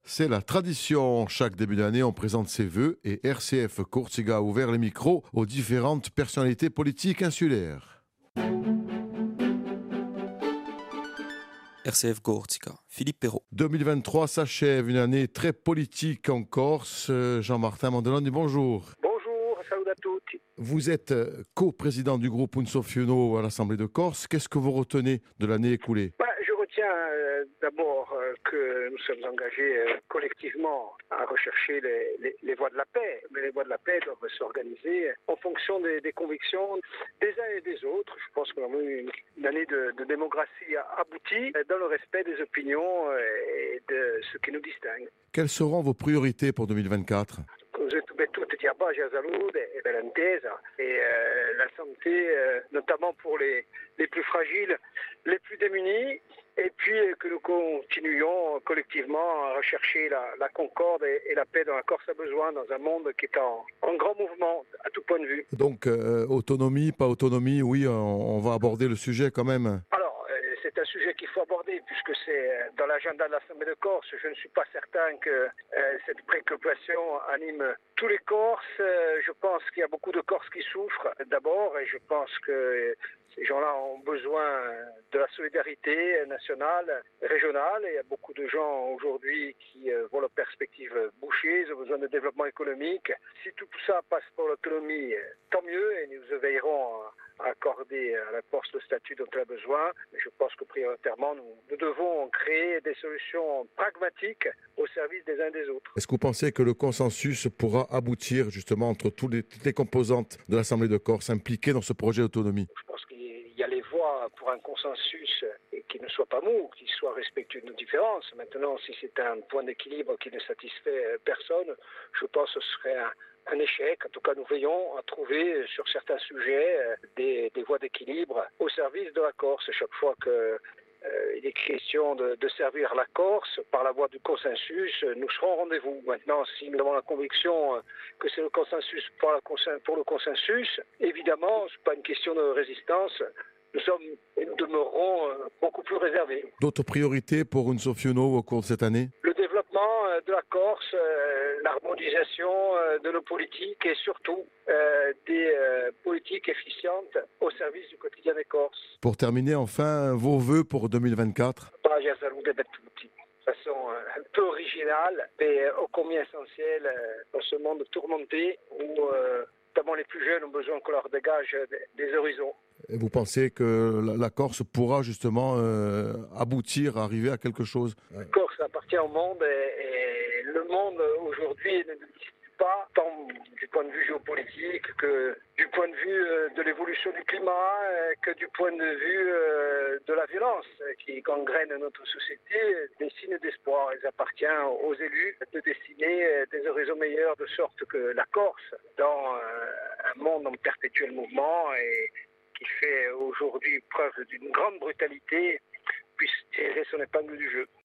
C'est la tradition. Chaque début d'année, on présente ses vœux et RCF Courtiga a ouvert les micros aux différentes personnalités politiques insulaires. RCF Courtiga, Philippe Perrault. 2023 s'achève, une année très politique en Corse. Jean-Martin Mandeloni, bonjour. Bonjour, salut à tous. Vous êtes co-président du groupe Unsofiuno à l'Assemblée de Corse. Qu'est-ce que vous retenez de l'année écoulée? Je retiens d'abord que nous sommes engagés collectivement à rechercher les voies de la paix. Mais les voies de la paix doivent s'organiser en fonction des convictions des uns et des autres. Je pense qu'on a eu une année de démocratie aboutie dans le respect des opinions et de ce qui nous distingue. Quelles seront vos priorités pour 2024? Tutti a pace, a salute e per l'intesa et la santé, notamment pour les plus fragiles, les plus démunis, et puis que nous continuions collectivement à rechercher la concorde et la paix dont la Corse a besoin dans un monde qui est en grand mouvement à tout point de vue. Donc, autonomie, pas autonomie, oui, on va aborder le sujet quand même. C'est un sujet qu'il faut aborder puisque c'est dans l'agenda de l'Assemblée de Corse. Je ne suis pas certain que cette préoccupation anime tous les Corses. Je pense qu'il y a beaucoup de Corses qui souffrent d'abord et je pense que ces gens-là ont besoin de la solidarité nationale, régionale. Et il y a beaucoup de gens aujourd'hui qui voient leurs perspectives bouchées, ils ont besoin de développement économique. Si tout ça passe par l'autonomie, tant mieux et nous veillerons à accorder à la Corse le statut dont elle a besoin. Mais je pense que prioritairement, nous devons créer des solutions pragmatiques au service des uns et des autres. Est-ce que vous pensez que le consensus pourra aboutir justement entre toutes les composantes de l'Assemblée de Corse impliquées dans ce projet d'autonomie? Je pense qu'il y a les voies pour un consensus et qui ne soit pas mou, qui soit respectueux de nos différences. Maintenant, si c'est un point d'équilibre qui ne satisfait personne, je pense que ce serait un échec. En tout cas, nous veillons à trouver sur certains sujets des voies d'équilibre au service de la Corse. Chaque fois qu'il est question de servir la Corse par la voie du consensus, nous serons au rendez-vous. Maintenant, si nous avons la conviction que c'est le consensus pour le consensus, évidemment, ce n'est pas une question de résistance. Nous sommes et nous demeurerons beaucoup plus réservés. D'autres priorités pour Unsofiuno au cours de cette année? Le développement de la Corse, l'harmonisation de nos politiques et surtout des politiques efficientes au service du quotidien des Corses. Pour terminer, enfin, vos vœux pour 2024? Pace, salute per tutti. De façon un peu originale, mais ô combien essentielle dans ce monde tourmenté où notamment les plus jeunes ont besoin qu'on leur dégage des horizons. Et vous pensez que la Corse pourra justement aboutir, à arriver à quelque chose? La Corse appartient au monde et le monde aujourd'hui ne discute pas tant du point de vue géopolitique que du point de vue de l'évolution du climat, que du point de vue de la violence qui gangrène notre société. Des signes d'espoir, il appartient aux élus de dessiner des horizons meilleurs de sorte que la Corse, dans un monde en perpétuel mouvement et qui fait aujourd'hui preuve d'une grande brutalité, puisse tirer son épingle du jeu.